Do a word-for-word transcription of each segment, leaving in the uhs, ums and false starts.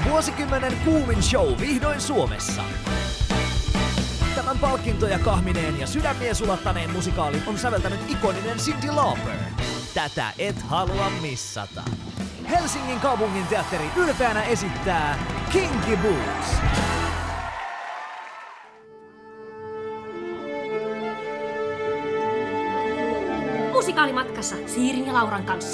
Vuosikymmenen kuumin show vihdoin Suomessa. Tämän palkintoja kahmineen ja sydämiä sulattaneen musikaalin on säveltänyt ikoninen Cyndi Lauper. Tätä et halua missata. Helsingin kaupungin teatteri ylpeänä esittää Kinky Boots. Musikaalimatkassa Siirin ja Lauran kanssa.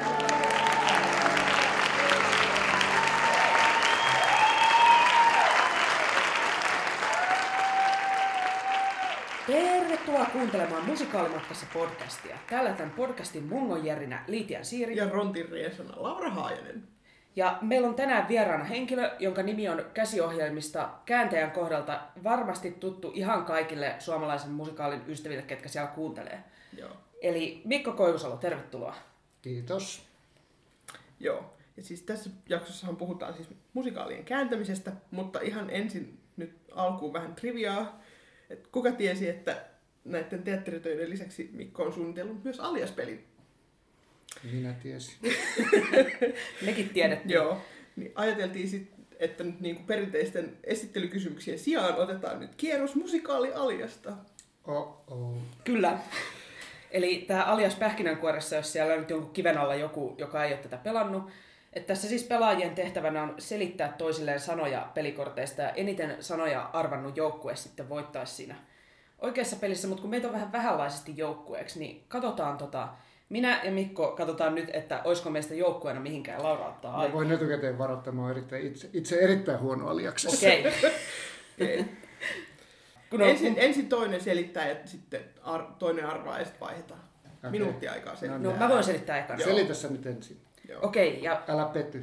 Tervetuloa kuuntelemaan Musikaalimatkassa podcastia. Täällä tämän podcastin mungonjärinä Liitian Siiri ja Rontin riesana Laura Haajanen. Ja meillä on tänään vieraana henkilö, jonka nimi on käsiohjelmista kääntäjän kohdalta varmasti tuttu ihan kaikille suomalaisen musikaalin ystäville, ketkä siellä kuuntelee. Joo. Eli Mikko Koivusalo, tervetuloa. Kiitos. Joo, ja siis tässä jaksossahan puhutaan siis musikaalien kääntämisestä, mutta ihan ensin nyt alkuun vähän triviaa. Et kuka tiesi, että näiden teatteritöiden lisäksi Mikko on suunnitellut myös Alias-pelin? Minä tiesin. Mekin tiedettiin. Joo, niin ajateltiin sitten, että nyt niinku perinteisten esittelykysymyksien sijaan otetaan nyt kierros musikaali Aliasta. Oh-oh. Kyllä. Eli tämä Alias Pähkinänkuoressa, jos siellä on nyt jonkun kiven alla joku, joka ei ole tätä pelannut. Että tässä siis pelaajien tehtävänä on selittää toisilleen sanoja pelikorteista ja eniten sanoja arvannut joukkue sitten voittaisi siinä oikeassa pelissä. Mutta kun meitä on vähän vähänlaisesti joukkueeksi, niin katsotaan tota, minä ja Mikko katsotaan nyt, että olisiko meistä joukkueena mihinkään. Laura ottaa aikaa. Mä voin etukäteen varoittaa, mä oon erittäin, itse, itse erittäin huono Aliaksessa. Okei. Okay. Kun on, ensin, ensin toinen selittää ja sitten ar- toinen arvaa ja sitten vaihdetaan. Okay. Minuutti aikaa selittää. No, mä voin selittää ekana. Selitä sä nyt ensin. Okei, okay, ja... Älä pety.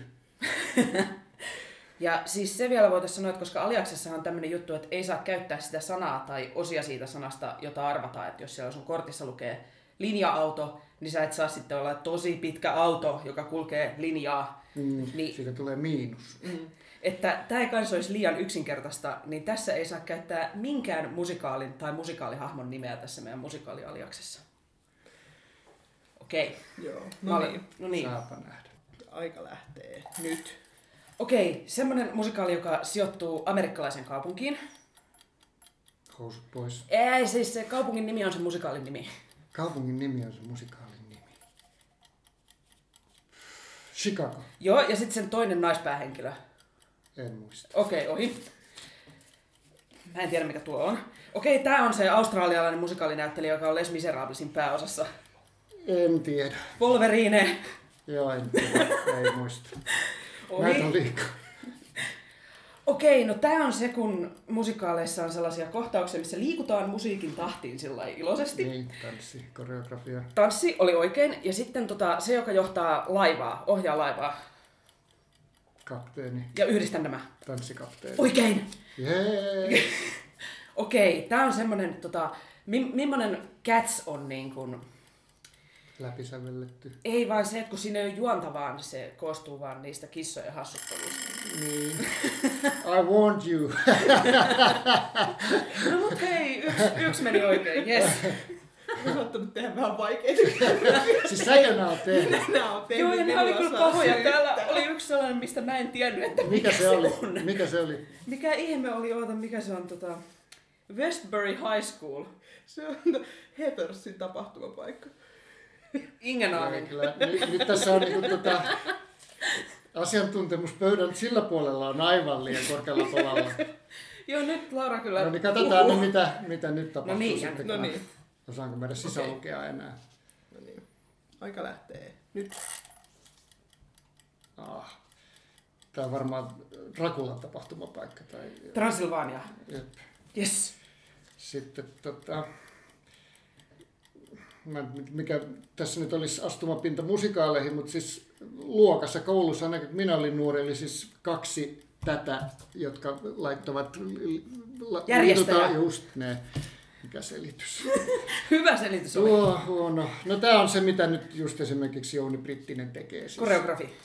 Ja siis se vielä voitaisiin sanoa, että koska Aliaksessahan on tämmöinen juttu, että ei saa käyttää sitä sanaa tai osia siitä sanasta, jota arvataan. Että jos siellä sun kortissa lukee linja-auto, niin sä et saa sitten olla tosi pitkä auto, joka kulkee linjaa. Mm, niin, siitä tulee miinus. Mm, että tämä ei kanssa olisi liian yksinkertaista, niin tässä ei saa käyttää minkään musikaalin tai musikaalihahmon nimeä tässä meidän musikaali-Aliaksessa. Okei. Joo. No No niin. No niin. Saapa nähdä. Aika lähtee nyt. Okei, semmoinen musikaali, joka sijoittuu amerikkalaisen kaupunkiin. Housut pois. Ei, siis se kaupungin nimi on se musikaalin nimi. Kaupungin nimi on se musikaalin nimi. Chicago. Joo, ja sitten sen toinen naispäähenkilö. En muista. Okei, ohi. Mä en tiedä, mikä tuo on. Okei, tää on se australialainen musikaalinäyttelijä, joka on Les Miserablesin pääosassa. En tiedä. Wolverine. Joo, en tiedä. Ei muista. Ohi. Näitä on liikaa. Okei, no tää on se, kun musikaaleissa on sellaisia kohtauksia, missä liikutaan musiikin tahtiin sillä iloisesti. Niin, tanssi, koreografia. Tanssi oli oikein. Ja sitten tota, se, joka johtaa laivaa, ohjaa laivaa. Kapteeni. Ja yhdistän nämä. Tanssikapteeni. Oikein! Jee! Okei, tää on semmonen, tota, mi- millainen Cats on niin kuin... Läpisävelletty. Ei vaan se, että kun siinä ei ole juonta, vaan se koostuu vaan niistä kissojen hassutteluista. Niin. I warned you. No mut hei, yksi, yksi meni oikein, yes. Mä oon saattanut tehdä vähän vaikeita. Siis säkö nää on tehnyt? Nää on tehnyt. Joo, ja ne oli kyllä pahoja. Täällä oli yksi sellainen, mistä mä en tiennyt, että mikä, Mikä se oli? on. Mikä se oli? Mikä ihme oli, oota, mikä se on tota... Westbury High School. Se on Heathersin tapahtumapaikka. Ingenaamin. Kyllä, nyt, nyt tässä on niinku tota, asiantuntemuspöydän sillä puolella on aivan liian korkealla tolalla. Joo, nyt Laura kyllä... No niin, katsotaan nyt, mitä, mitä nyt tapahtuu No niin, sitten. no kun- niin. Osaanko meidän sisälukea Okei. enää? No niin. Aika lähtee. Nyt. Ah. Tää on varmaan Draculan tapahtumapaikka. Tai... Transylvania. Jep. Yes. Sitten tota... Mä, en tiedä, mikä tässä nyt olisi astumapinta musikaaleihin, mutta siis luokassa, koulussa, ainakin kun minä olin nuori, oli siis kaksi tätä, jotka laittavat... Järjestäjä. Just ne. Mikä selitys? Hyvä selitys oli. Tuo huono. No tää on se, mitä nyt just esimerkiksi Jouni Brittinen tekee. Siis. Koreografi.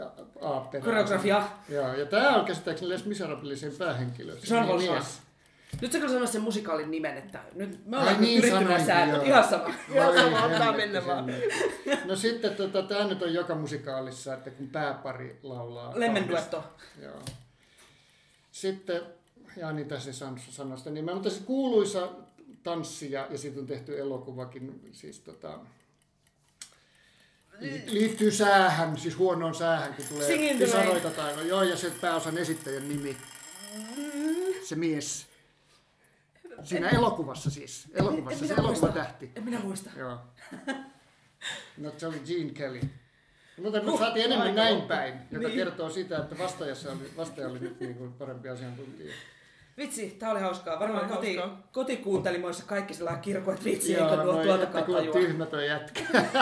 Aapteena. Koreografia. Joo, ja tää on käsittääkseni Les Miserablesin päähenkilö. Jean Valjean. Mies. Nyt sä kyllä sanoit sen musikaalin nimen, että nyt me Ai ollaan niin, yrittänyt sanoin, säännöt, joo. ihan sama. Ihan sama, Voi ottaa hemmetti mennä vaan. sen. No sitten tota, tämä nyt on joka musikaalissa, että kun pääpari laulaa. Lemmenduetto. Joo. Sitten, ja niin tässä sanoi sitä nimeä, mutta se kuuluisa tanssi ja, ja siitä on tehty elokuvakin, siis tota, liittyy säähän, siis huonoon säähän, kun Singing tulee the Rain. sanoita tai no joo, ja se pääosan esittäjän nimi, se mies. Siinä elokuvassa siis, elokuvassa, En se minä muista. elokuvatähti. En minä muista. Joo. No se oli Gene Kelly. Mutta me saatiin enemmän aika näin loppu. päin, joka Niin. kertoo sitä, että vastaajassa oli, vastaaja oli nyt niin kuin parempi asiantuntija. Vitsi, tää oli hauskaa. Varmaan Oli koti, hauskaa. kotikuuntelimoissa kaikki sellainen kirkko, että vitsi, eikö Joo, nuo no tuota jättä, kun kautta on juo. tyhmä toi jätkä.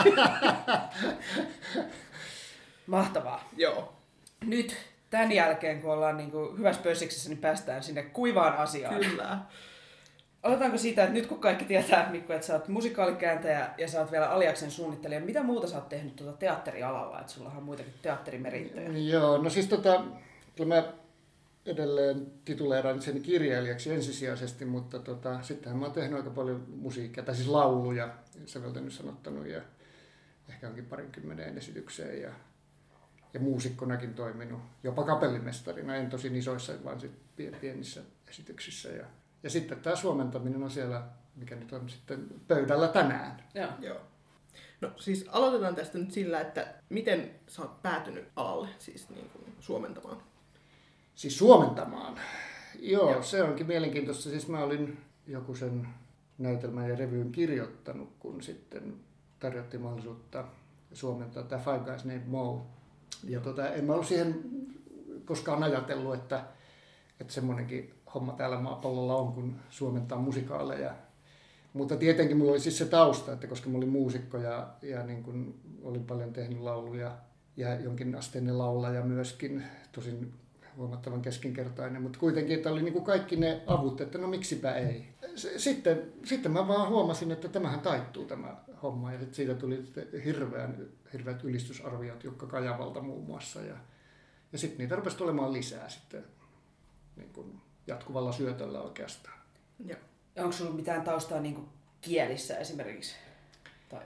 Mahtavaa. Joo. Nyt tämän jälkeen, kun ollaan niin kuin hyvässä pössiksessä, niin päästään sinne kuivaan asiaan. Kyllä. Aloitaanko siitä, että nyt kun kaikki tietää, Mikko, että sä oot musikaalikääntäjä ja sä oot vielä Aliaksen suunnittelija, mitä muuta sä oot tehnyt tuota teatterialalla? Että sullahan on muitakin teatterimerittejä. Joo, no siis tota, kyllä mä edelleen tituleeraan sen kirjailijaksi ensisijaisesti, mutta tota, sittenhän mä oon tehnyt aika paljon musiikkia, tai siis lauluja, säveltänyt, sanottanut ja ehkä onkin parinkymmenen esitykseen ja, ja muusikkonakin toiminut, jopa kapellimestarina, en tosin isoissa, vaan sit pienissä esityksissä. Ja, ja sitten tämä suomentaminen on siellä, mikä nyt on sitten pöydällä tänään. Joo. Joo. No siis aloitetaan tästä nyt sillä, että miten sä oot päätynyt alalle, siis niin kuin suomentamaan. Siis suomentamaan. Joo, Joo. se onkin mielenkiintoista. Siis mä olin joku sen näytelmän ja revyyn kirjoittanut, kun sitten tarjottiin mahdollisuutta suomentaa tämä Five Guys Named Moe. Ja tota, en mä ollut siihen koskaan ajatellut, että, että semmoinenkin homma täällä maapallolla on, kun suomentaa musikaaleja. Mutta tietenkin mulla oli siis se tausta, että koska mä olin muusikko ja, ja niin kun olin paljon tehnyt lauluja ja jonkinasteinen laulaja myöskin, tosin huomattavan keskinkertainen, mutta kuitenkin, että oli niin kuin kaikki ne avut, että no miksipä ei. Sitten, sitten mä vaan huomasin, että tämähän taittuu tämä homma ja sitten siitä tuli hirveän, hirveät ylistysarviot Jukka Kajavalta muun muassa ja, ja sitten niitä rupesi tulemaan lisää sitten niin kuin jatkuvalla syötöllä oikeastaan. Joo. Ja onko sulla mitään taustaa niin kuin kielissä esimerkiksi? Tai...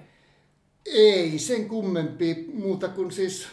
Ei sen kummempi muuta kuin siis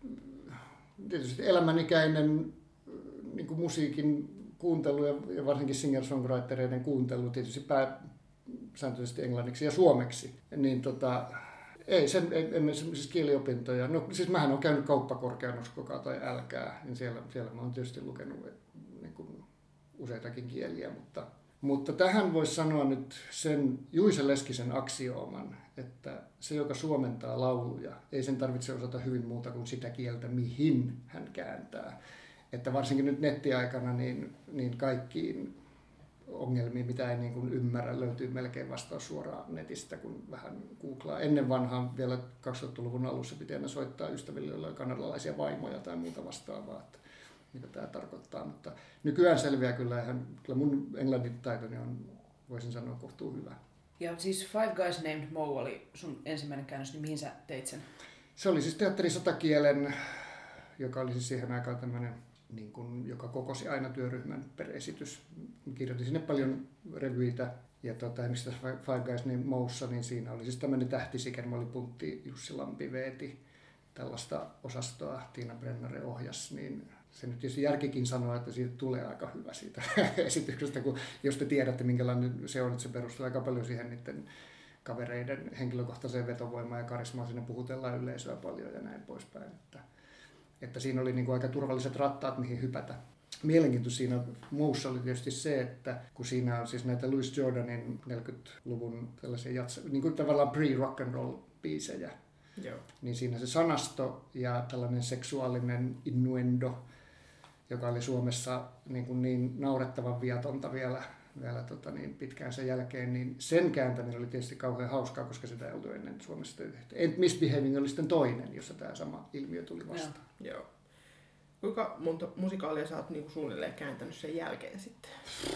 tietysti elämänikäinen niin kuin musiikin kuuntelu ja varsinkin singer-songwritereiden kuuntelu tietysti pääsääntöisesti englanniksi ja suomeksi. Niin tota, ei, sen, emme siis kieliopintoja. No siis mähän olen käynyt kauppakorkean, uskokaa tai älkää, niin siellä, siellä mä oon tietysti lukenut niin kuin useitakin kieliä, mutta Mutta tähän voisi sanoa nyt sen Juise Leskisen aksiooman, että se, joka suomentaa lauluja, ei sen tarvitse osata hyvin muuta kuin sitä kieltä, mihin hän kääntää. Että varsinkin nyt nettiaikana niin, niin kaikkiin ongelmiin, mitä ei niin kuin ymmärrä, löytyy melkein vastaus suoraan netistä, kun vähän googlaa. Ennen vanhaan vielä kaksituhattaluvun alussa piti aina soittaa ystäville, joilla oli kanadalaisia vaimoja tai muuta vastaavaa. Mitä tämä tarkoittaa, mutta nykyään selviää kyllä, ihan, kyllä mun englannin taitoni on, voisin sanoa, kohtuu hyvä. Ja siis Five Guys Named Moe oli sun ensimmäinen käännös, niin mihin sä teit sen? Se oli siis teatteri sotakielen, joka oli siis siihen aikaan tämmöinen, niin kuin, joka kokosi aina työryhmän per esitys. Kirjoitin sinne paljon revyitä ja tota, esimerkiksi tässä Five Guys Named Moessa, niin siinä oli siis tämmöinen tähtisiken, mä olin puntti, Jussi Lampi veeti tällaista osastoa, Tiina Brennare ohjasi, niin se nyt tietysti järkikin sanoo, että siitä tulee aika hyvä siitä esityksestä, kun jos te tiedätte, minkälainen se on, että se perustuu aika paljon siihen niiden kavereiden henkilökohtaiseen vetovoimaan ja karismaan, siinä puhutellaan yleisöä paljon ja näin poispäin. Että, että siinä oli niin kuin aika turvalliset rattaat, mihin hypätä. Mielenkiintoista siinä muussa oli tietysti se, että kun siinä on siis näitä Louis Jordanin neljäkymmentäluvun tällaisia jatsa, niin kuin tavallaan pre-rock and roll biisejä, Joo. niin siinä se sanasto ja tällainen seksuaalinen innuendo, joka oli Suomessa niin, kuin niin naurettavan viatonta vielä, vielä tota niin pitkään sen jälkeen, niin sen kääntäminen oli tietysti kauhean hauskaa, koska sitä ei oltu ennen Suomessa tehty. And Misbehaving oli sitten toinen, jossa tämä sama ilmiö tuli vastaan. Joo. Kuinka monta musikaalia sä oot niinku suunnilleen kääntänyt sen jälkeen sitten?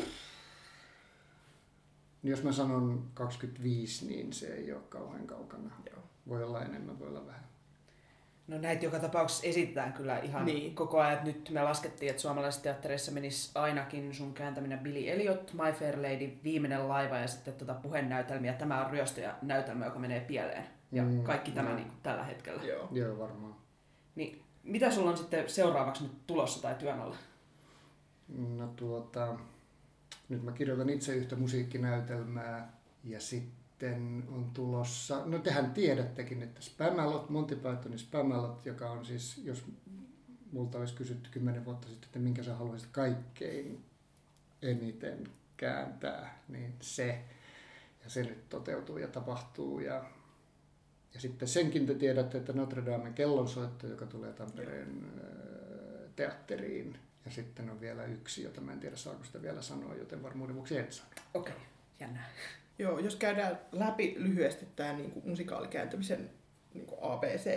Niin jos mä sanon kaksikymmentäviisi, niin se ei ole kauhean kaukana. Joo. Voi olla enemmän, voi olla vähän. No näitä joka tapauksessa esitetään kyllä ihan niin. koko ajan. Nyt me laskettiin, että suomalaisissa teattereissa menisi ainakin sun kääntäminen Billy Elliot, My Fair Lady, Viimeinen laiva ja sitten tuota puhenäytelmiä. Tämä on ryöstö ja näytelmä, joka menee pieleen. Ja mm, kaikki tämä no. niin kuin tällä hetkellä. Joo, Joo varmaan. Niin, mitä sulla on sitten seuraavaksi nyt tulossa tai työn alla? No tuota, nyt mä kirjoitan itse yhtä musiikkinäytelmää ja sitten on tulossa, no tehän tiedättekin, että Spamalot, Monty Pythonin Spamalot, joka on siis, jos multa olisi kysytty kymmenen vuotta sitten, että minkä sä haluaisit kaikkein eniten kääntää, niin se, ja se nyt toteutuu ja tapahtuu. Ja, ja sitten senkin te tiedätte, että Notre Damen kellonsoitto, joka tulee Tampereen teatteriin. Ja sitten on vielä yksi, jota mä en tiedä saako sitä vielä sanoa, joten varmuuden vuoksi en sano. Okei, okay. Jännää. Joo, jos käydään läpi lyhyesti tämä niinku musikaalikääntämisen niinku A B C.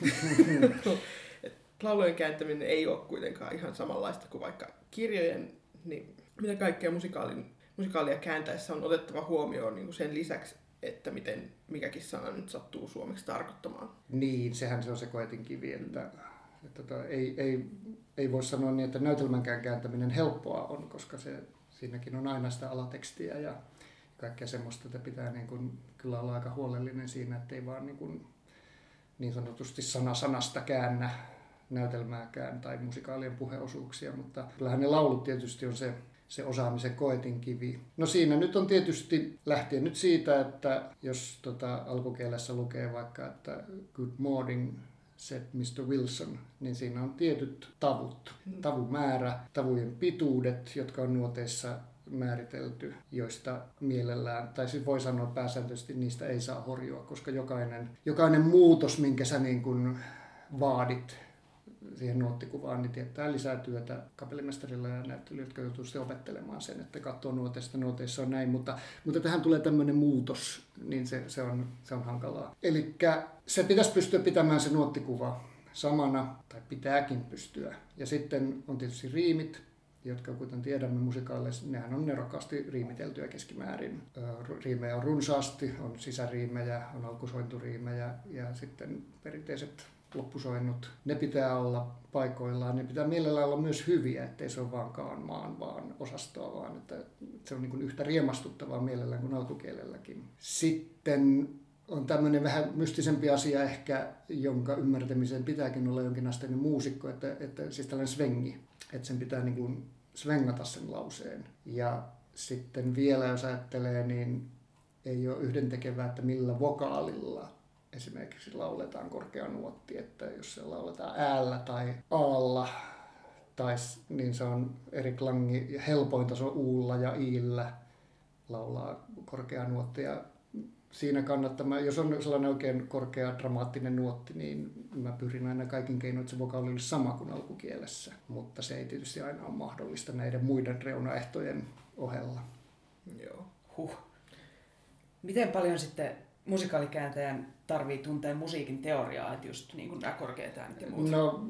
Et laulujen kääntäminen ei ole kuitenkaan ihan samanlaista kuin vaikka kirjojen, niin mitä kaikkea musikaalin, musikaalia kääntäessä on otettava huomioon niinku sen lisäksi, että miten mikäkin sana nyt sattuu suomeksi tarkoittamaan. Niin, sehän se on se koetinkivi, että, että tota, ei, ei, ei voi sanoa niin, että näytelmänkään kääntäminen helppoa on, koska se, siinäkin on aina sitä alatekstiä ja kaikkea semmoista, että pitää niin kuin, kyllä olla aika huolellinen siinä, ettei vaan niin, kuin, niin sanotusti sana sanasta käännä näytelmääkään tai musikaalien puheosuuksia, mutta kyllähän ne laulut tietysti on se, se osaamisen koetinkivi. No siinä nyt on tietysti, lähtien nyt siitä, että jos tota, alkukielessä lukee vaikka, että good morning, said mister Wilson, niin siinä on tietyt tavut, tavumäärä, tavujen pituudet, jotka on nuoteissa määritelty, joista mielellään, tai siis voi sanoa pääsääntöisesti niistä ei saa horjua, koska jokainen, jokainen muutos, minkä sä niin kuin vaadit siihen nuottikuvaan, niin tietää lisää työtä kapellimestarilla ja näyttelijöillä, jotka joutuu sitten opettelemaan sen, että katsoo nuoteista, nuoteissa on näin, mutta, mutta tähän tulee tämmöinen muutos, niin se, se, on, se on hankalaa. Eli se pitäisi pystyä pitämään se nuottikuva samana, tai pitääkin pystyä. Ja sitten on tietysti riimit, jotka kuten tiedämme musikaaleissa, nehän on nerokkaasti riimiteltyä keskimäärin. Riimejä on runsaasti, on sisäriimejä, on alkusointuriimejä ja sitten perinteiset loppusoinnut. Ne pitää olla paikoillaan, ne pitää mielellään olla myös hyviä, ettei se ole vaankaan maan vaan osastoa, vaan että se on niin kuin yhtä riemastuttavaa mielellään kuin alkukielelläkin. Sitten on tämmöinen vähän mystisempi asia ehkä, jonka ymmärtämiseen pitääkin olla jonkinasteinen muusikko, että, että siis tällainen svengi, että sen pitää niin kuin svengata sen lauseen. Ja sitten vielä jos ajattelee, niin ei ole yhdentekevää, että millä vokaalilla esimerkiksi lauletaan korkea nuotti, että jos se lauletaan äällä tai aalla, tai, niin se on eri klangi, ja helpointa se on uulla ja iillä laulaa korkea nuotti. Ja siinä kannattaa, jos on sellainen oikein korkea dramaattinen nuotti, niin mä pyrin aina kaikin keinoin, että se vokaali olisi sama kuin alkukielessä. Mutta se ei tietysti aina ole mahdollista näiden muiden reunaehtojen ohella. Joo. Huh. Miten paljon sitten musikaalikääntäjän tarvii tuntea musiikin teoriaa, että just niin kuin nämä korkeat äänet ja muut? No,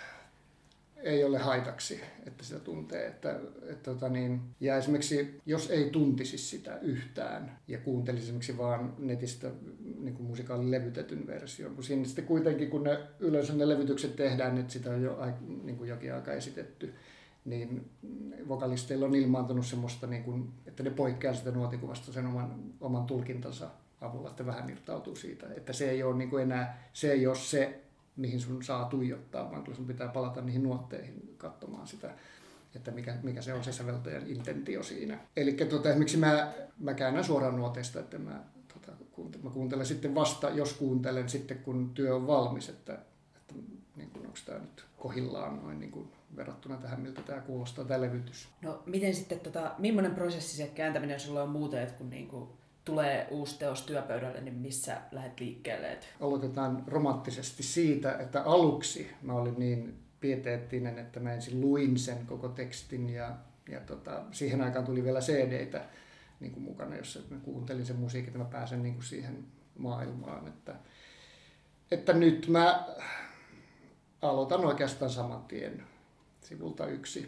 ei ole haitaksi, että sitä tuntee. Että, että, tota niin, ja esimerkiksi jos ei tuntisi sitä yhtään ja kuuntelisi esimerkiksi vaan netistä niin kuin musikaalin levytetyn version, kun siinä sitten kuitenkin, kun ne, yleensä ne levytykset tehdään, että sitä on jo niin kuin jokin aika esitetty, niin vokalisteilla on ilmaantunut semmoista, niin kuin, että ne poikkeaa sitä nuotikuvasta sen oman, oman tulkintansa avulla, että vähän irtautuu siitä. Että se ei ole niin kuin enää, se ei ole se, mihin sun saa tuijottaa, vaan kyllä sun pitää palata niihin nuotteihin katsomaan sitä, että mikä, mikä se on se säveltäjän intentio siinä. Eli tuota, esimerkiksi mä, mä käännän suoraan nuoteista, että mä, tota, kuuntelen, mä kuuntelen sitten vasta, jos kuuntelen sitten, kun työ on valmis, että, että niin kuin, onko tämä nyt kohillaan noin niin kuin verrattuna tähän, miltä tämä kuulostaa, tämä levytys. No miten sitten, tota, millainen prosessi se kääntäminen sulla on muuten, että kun niin kuin tulee uusi teos työpöydälle, niin missä lähdet liikkeelle? Aloitetaan romanttisesti siitä, että aluksi mä olin niin pieteettinen, että mä ensin luin sen koko tekstin ja, ja tota, siihen aikaan tuli vielä C D:tä niin kuin mukana, jossa mä kuuntelin sen musiikin, että mä pääsen niin kuin siihen maailmaan. Että, että nyt mä aloitan oikeastaan saman tien sivulta yksi.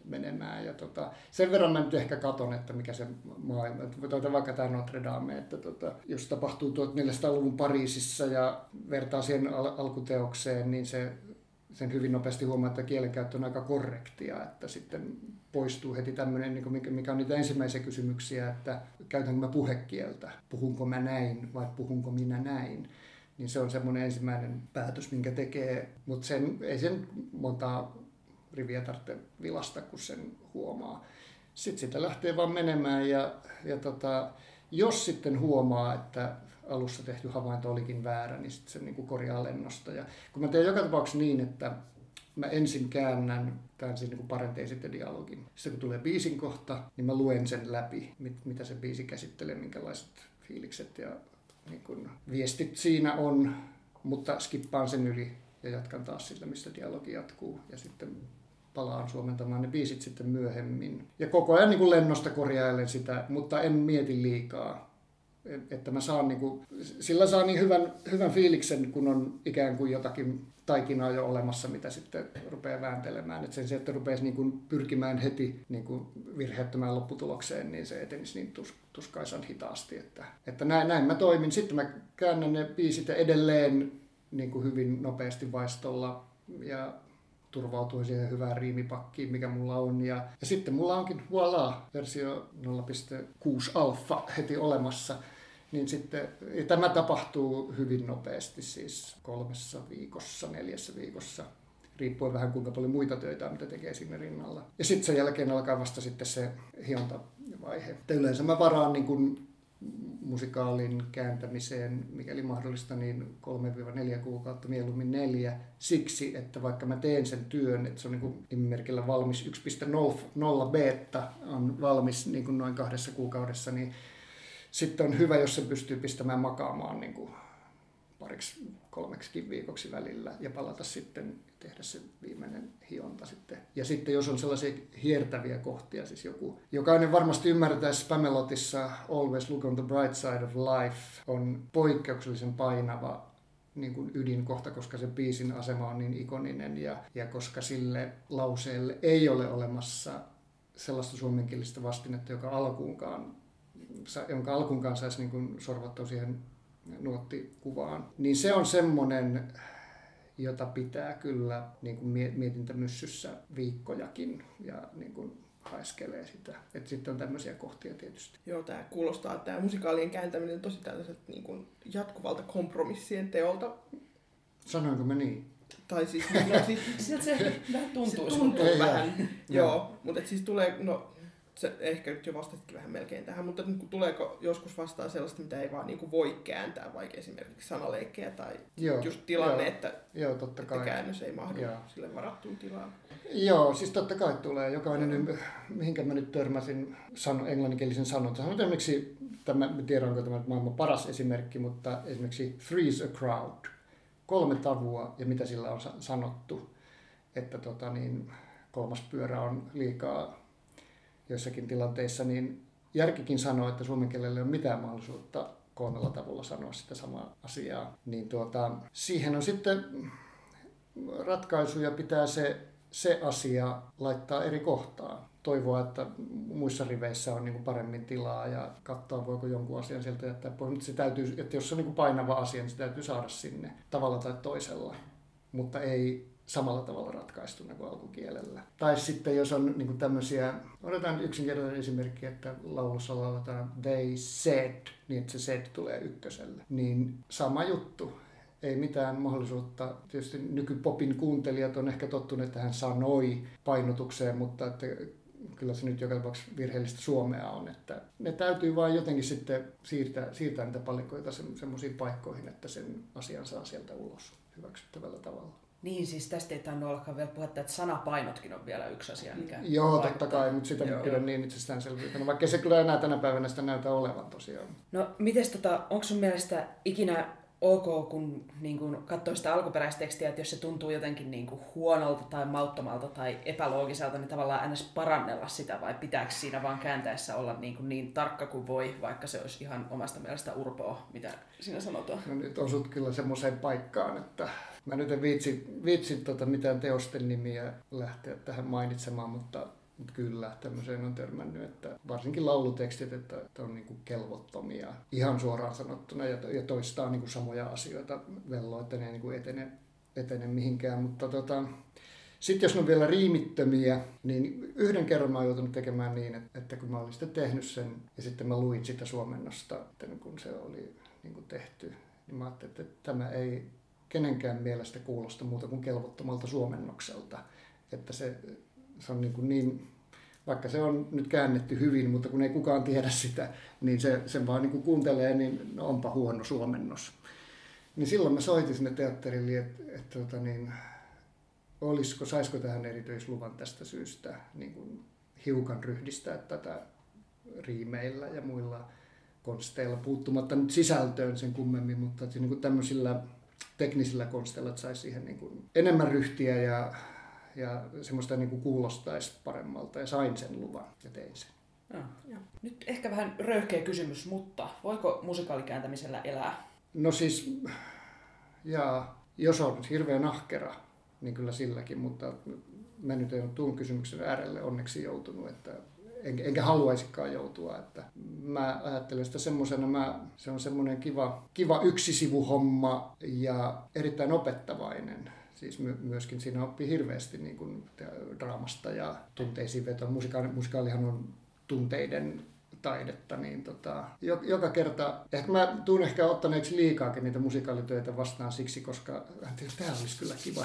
menemään. Ja tota, sen verran mä nyt ehkä katon, että mikä se maailma, että vaikka tämä Notre Dame, että tota, jos tapahtuu tuhatneljäsataaluvun Pariisissa ja vertaa siihen al- alkuteokseen, niin se sen hyvin nopeasti huomaa, että kielenkäyttö on aika korrektia, että sitten poistuu heti tämmöinen, mikä on niitä ensimmäisiä kysymyksiä, että käytänkö mä puhekieltä, puhunko mä näin vai puhunko minä näin. Niin se on semmoinen ensimmäinen päätös, minkä tekee, mutta sen, ei sen montaa riviä tarvitse vilasta, kun sen huomaa. Sitten sitä lähtee vaan menemään ja, ja tota, jos sitten huomaa, että alussa tehty havainto olikin väärä, niin sitten se niin kuin korjaa lennosta. Ja kun mä teen joka tapauksessa niin, että mä ensin käännän tämän siis niin kuin parenteesit ja dialogin. Sitten kun tulee biisin kohta, niin mä luen sen läpi, mit, mitä se biisi käsittelee, minkälaiset fiilikset ja niin kuin viestit siinä on, mutta skippaan sen yli ja jatkan taas sillä, mistä dialogi jatkuu. Ja sitten palaan suomentamaan ne biisit sitten myöhemmin. Ja koko ajan niin kuin lennosta korjailen sitä, mutta en mieti liikaa. Että mä saan niin kuin, sillä saa niin hyvän, hyvän fiiliksen, kun on ikään kuin jotakin taikinaa jo olemassa, mitä sitten rupeaa vääntelemään. Että sen sijaan, että rupeaisi niin kuin pyrkimään heti niin kuin virheettömään lopputulokseen, niin se etenisi niin tus, tuskaisan hitaasti. Että, että näin, näin mä toimin. Sitten mä käännän ne biisit edelleen niin kuin hyvin nopeasti vaistolla ja turvautuen siihen hyvään riimipakkiin, mikä mulla on. Ja, ja sitten mulla onkin voilà, versio nolla pilkku kuusi alfa heti olemassa. Niin sitten, ja tämä tapahtuu hyvin nopeasti, siis kolmessa viikossa, neljässä viikossa, riippuen vähän kuinka paljon muita töitä, mitä tekee sinne rinnalla. Ja sitten sen jälkeen alkaa vasta sitten se hiontavaihe. Yleensä mä varaan niin kuin musikaalin kääntämiseen, mikäli mahdollista, niin kolmesta neljään kuukautta, mieluummin neljä. Siksi, että vaikka mä teen sen työn, että se on niin kuin nimimerkillä valmis yksi pilkku nolla beta on valmis niin kuin noin kahdessa kuukaudessa, niin sitten on hyvä, jos se pystyy pistämään makaamaan niin kuin pariksi kolmeksikin viikoksi välillä ja palata sitten tehdä se viimeinen hionta sitten. Ja sitten jos on sellaisia hiertäviä kohtia, siis joku, jokainen varmasti ymmärtää Spamelotissa Always Look on the Bright Side of Life on poikkeuksellisen painava niin kuin ydinkohta, koska se biisin asema on niin ikoninen ja, ja koska sille lauseelle ei ole olemassa sellaista suomenkielistä vastinetta, joka alkuunkaan jonka alkuunkaan saisi niin kuin sorvattua siihen nuottikuvaan, niin se on semmoinen, jota pitää kyllä niin kuin mietintämyssyssä viikkojakin ja niin kuin haiskelee sitä. Et sitten on tämmöisiä kohtia tietysti. Joo, tämä kuulostaa, että tämä musikaalien kääntäminen on tosi tällaiset niin kuin jatkuvalta kompromissien teolta. Sanoinko mä niin? Tai siis, no siis Siltä se vähän tuntuu. Se tuntuu Ei, vähän, joo. Mutta siis tulee, no se ehkä nyt jo vastatkin vähän melkein tähän, mutta niin tuleeko joskus vastaan sellaista, mitä ei vaan niin kuin voi kääntää, vaikka esimerkiksi sanaleikkejä tai joo, just tilanne, joo, että, joo, totta että kai. Käännös ei mahdu joo. sille varattuun tilaan. Joo, siis totta kai tulee. Jokainen, mihinkä mä nyt törmäsin sano, englanninkielisen sanonta. Sanotaan esimerkiksi, tämä, en tiedä onko tämä maailman paras esimerkki, mutta esimerkiksi freeze a crowd. Kolme tavua ja mitä sillä on sanottu, että tota, niin, kolmas pyörä on liikaa joissakin tilanteissa, niin järkikin sanoo, että suomen kielellä ei ole mitään mahdollisuutta kolmella tavalla sanoa sitä samaa asiaa. Niin tuota, siihen on sitten ratkaisuja, pitää se, se asia laittaa eri kohtaan. Toivoa, että muissa riveissä on niin kuin paremmin tilaa ja katsoa, voiko jonkun asian sieltä jättää pois. Mutta se täytyy, että jos se on niin kuin painava asia, niin se täytyy saada sinne tavalla tai toisella, mutta ei samalla tavalla ratkaistuna kuin alkukielellä. Tai sitten jos on niin kuin tämmöisiä, otetaan yksinkertainen esimerkki, että laulussa lauletaan they said, niin että se said tulee ykköselle. Niin sama juttu. Ei mitään mahdollisuutta. Tietysti nykypopin kuuntelijat on ehkä tottuneet tähän sanoi painotukseen, mutta että kyllä se nyt joka tapauksessa virheellistä suomea on. Että ne täytyy vain jotenkin sitten siirtää, siirtää niitä palikoita semmoisiin paikkoihin, että sen asian saa sieltä ulos hyväksyttävällä tavalla. Niin, siis tästä ei tainnut ollakaan vielä puhetta, että sanapainotkin on vielä yksi asia, mikä joo, vaikuttaa. Totta kai, mutta sitä joo. Pidän niin itsestäänselvyytenä, vaikka se kyllä enää tänä päivänä sitä näytä olevan tosiaan. No, mites tota, onko sun mielestä ikinä ok, kun niin kun katsoo sitä alkuperäistekstiä, että jos se tuntuu jotenkin niin kuin huonolta tai mauttomalta tai epäloogiselta, niin tavallaan ns. Parannella sitä, vai pitääkö siinä vaan kääntäessä olla niin, kuin niin tarkka kuin voi, vaikka se olisi ihan omasta mielestä urpoa, mitä siinä sanotaan? No nyt osut kyllä semmoiseen paikkaan, että mä nyt en viitsi, viitsi tota mitään teosten nimiä lähteä tähän mainitsemaan, mutta Mutta kyllä, tämmöiseen on törmännyt, että varsinkin laulutekstit, että, että on niinku kelvottomia ihan suoraan sanottuna ja, ja toistaa niinku samoja asioita velloa, että ne ei niinku etene, etene mihinkään. Mutta tota, sitten jos ne on vielä riimittömiä, niin yhden kerran mä oon joutunut tekemään niin, että, että kun mä olin sitten tehnyt sen ja sitten mä luin sitä suomennosta, että kun se oli niinku tehty, niin mä ajattelin, että tämä ei kenenkään mielestä kuulosta muuta kuin kelvottomalta suomennokselta. Että se, se on niin, kuin niin, vaikka se on nyt käännetty hyvin, mutta kun ei kukaan tiedä sitä, niin se, sen vaan niin kuin kuuntelee, niin no, onpa huono suomennos. Niin silloin mä soitin sinne teatterille, että, että, että niin, olisiko, saisiko tähän erityisluvan tästä syystä niin kuin hiukan ryhdistää tätä riimeillä ja muilla konsteilla, puuttumatta nyt sisältöön sen kummemmin, mutta että niin kuin tämmöisillä teknisillä konsteilla, että saisi siihen niin kuin enemmän ryhtiä ja, ja semmoista niin kuin kuulostaisi paremmalta ja sain sen luvan ja tein sen. Ja, ja. Nyt ehkä vähän röyhkeä kysymys, mutta voiko musikaalikääntämisellä elää? No siis, jaa, jos on hirveän ahkera, niin kyllä silläkin, mutta mä nyt en ole tuon kysymyksen äärelle onneksi joutunut, että en, enkä haluaisikaan joutua. Että mä ajattelen sitä semmoisena, mä, se on semmoinen kiva, kiva yksisivuhomma ja erittäin opettavainen. Siis my, myöskin siinä oppii hirveästi niin kuin draamasta ja tunteisiin vetoa. Musikaali, musikaalihan on tunteiden taidetta, niin tota, joka kerta, ehkä mä tuun ehkä ottaneeksi liikaakin niitä musikaalitöitä vastaan siksi, koska tämä olisi kyllä kiva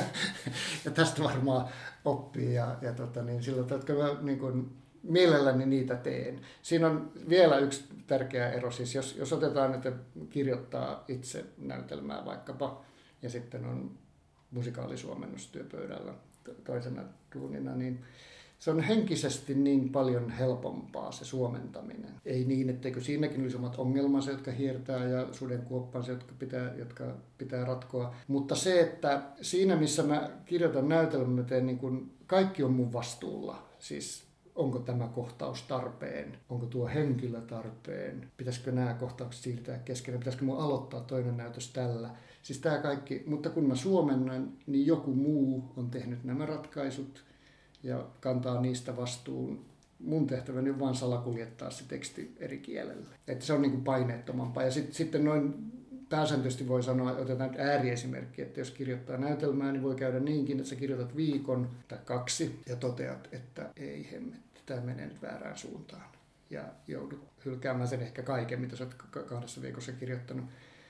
ja tästä varmaan oppii ja, ja tota, niin silloin, että mä niin kuin mielelläni niitä teen. Siinä on vielä yksi tärkeä ero, siis jos, jos otetaan, että kirjoittaa itse näytelmää vaikkapa ja sitten on musikaalisuomennus työpöydällä toisena duunina, niin se on henkisesti niin paljon helpompaa se suomentaminen. Ei niin, etteikö siinäkin olisi omat ongelmansa, jotka hiertää ja sudenkuoppansa, jotka pitää, jotka pitää ratkoa. Mutta se, että siinä missä mä kirjoitan näytelmän, mä teen niin kuin, kaikki on mun vastuulla. Siis onko tämä kohtaus tarpeen, onko tuo henkilö tarpeen, pitäisikö nämä kohtaukset siirtää kesken, pitäisikö mun aloittaa toinen näytös tällä. Siis tämä kaikki, mutta kun mä suomennan, niin joku muu on tehnyt nämä ratkaisut ja kantaa niistä vastuun. Mun tehtäväni on vaan salakuljettaa se teksti eri kielelle. Että se on niin kuin paineettomampaa. Ja sit, sitten noin pääsääntöisesti voi sanoa, otetaan nyt ääriesimerkki, että jos kirjoittaa näytelmää, niin voi käydä niinkin, että sä kirjoitat viikon tai kaksi ja toteat, että ei hemmetti, tämä menee nyt väärään suuntaan. Ja joudut hylkäämään sen ehkä kaiken, mitä sä oot kahdessa viikossa kirjoittanut.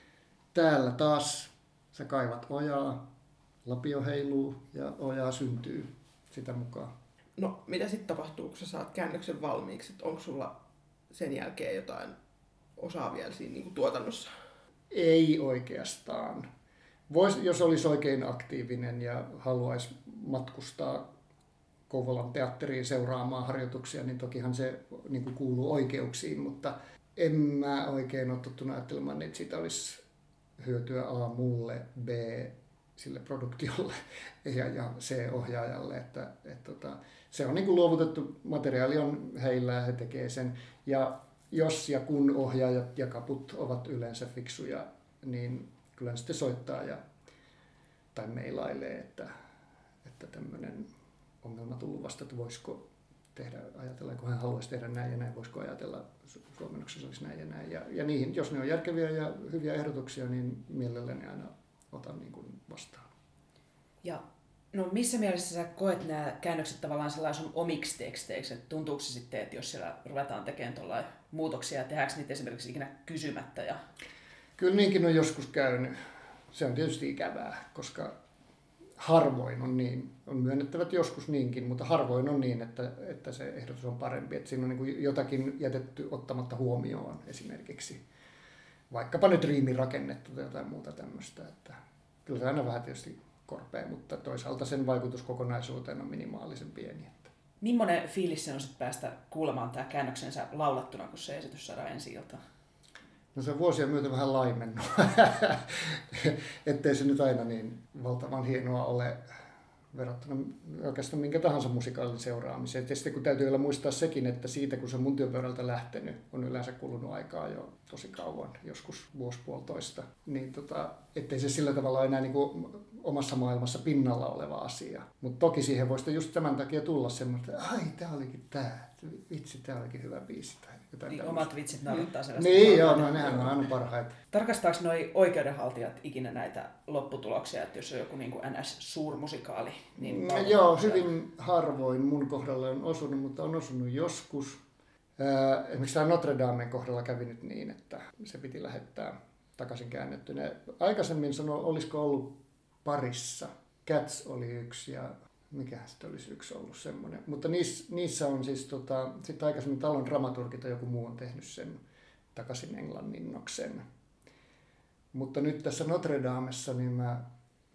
Täällä taas sä kaivat ojaa, lapio heiluu ja ojaa syntyy sitä mukaan. No, mitä sitten tapahtuu, kun sä saat käännöksen valmiiksi? Onko sulla sen jälkeen jotain osaa vielä siinä niin kuin tuotannossa? Ei oikeastaan. Vois, jos olisi oikein aktiivinen ja haluaisi matkustaa Kouvolan teatteriin seuraamaan harjoituksia, niin tokihan se niin kuin kuuluu oikeuksiin, mutta en mä oikein ole tottuna ajattelemaan, että siitä olisi hyötyä A mulle, B sille produktiolle ja, ja C-ohjaajalle, että, että, että se on niin kuin luovutettu, materiaali on heillä ja he tekee sen. Ja jos ja kun ohjaajat ja kaput ovat yleensä fiksuja, niin kyllä ne sitten soittaa ja, tai meilailee, että, että tämmöinen ongelma tullut vasta, että voisiko tehdä, ajatella, kun hän haluaisi tehdä näin ja näin, voisiko ajatella, suomennoksessa olisi näin ja näin. Ja, ja niihin, jos ne on järkeviä ja hyviä ehdotuksia, niin mielelläni aina otan niin kuin vastaan. Ja no missä mielessä sä koet nämä käännökset tavallaan sellaisen omiksi teksteiksi? Että tuntuuko se sitten, että jos siellä ruvetaan tekemään muutoksia ja tehdäänkö niitä esimerkiksi ikinä kysymättä? Ja... Kyllä niinkin on joskus käynyt. Se on tietysti ikävää, koska harvoin on niin. On myönnettävät joskus niinkin, mutta harvoin on niin, että, että se ehdotus on parempi. Että siinä on niin kuin jotakin jätetty ottamatta huomioon esimerkiksi. Vaikkapa nyt riimin rakennettu tai jotain muuta tämmöistä. Että kyllä se aina vähän tietysti korpea, mutta toisaalta sen vaikutus kokonaisuuteen on minimaalisen pieni. Että. Millainen fiilis se on sitten päästä kuulemaan tämä käännöksensä laulattuna, kun se esitys saadaan ensi-iltaan? No se on vuosien myötä vähän laimennut, ettei se nyt aina niin valtavan hienoa ole verrattuna oikeastaan minkä tahansa musikaalin seuraamiseen. Ja sitten kun täytyy vielä muistaa sekin, että siitä kun se mun työpöydältä lähtenyt, on yleensä kulunut aikaa jo tosi kauan, joskus vuosi puolitoista, niin tota, ettei se sillä tavalla enää niin kuin omassa maailmassa pinnalla oleva asia. Mutta toki siihen voisi just tämän takia tulla semmoista, että ai, tää olikin tää, vitsi, tää olikin hyvä biisi. Tai jotain niin tämmöistä. omat vitsit naurattaa sellaista. Niin joo, no nehän on aina parhaita. Tarkastaako noi oikeudenhaltijat ikinä näitä lopputuloksia, että jos on joku niin kuin N S-suurmusikaali? Niin no, joo, hyvin harvoin mun kohdalla on osunut, mutta on osunut joskus. Äh, esimerkiksi tämä Notre Damen kohdalla kävi nyt niin, että se piti lähettää takaisin käännettynä. Aikaisemmin sanoi, olisiko ollut parissa. Cats oli yksi ja mikähän sitten olisi yksi ollut semmoinen. Mutta niissä, niissä on siis, tota, sitten aikaisemmin talon dramaturgit ja joku muu on tehnyt sen takaisin englanninnoksen. Mutta nyt tässä Notre Damessa, niin mä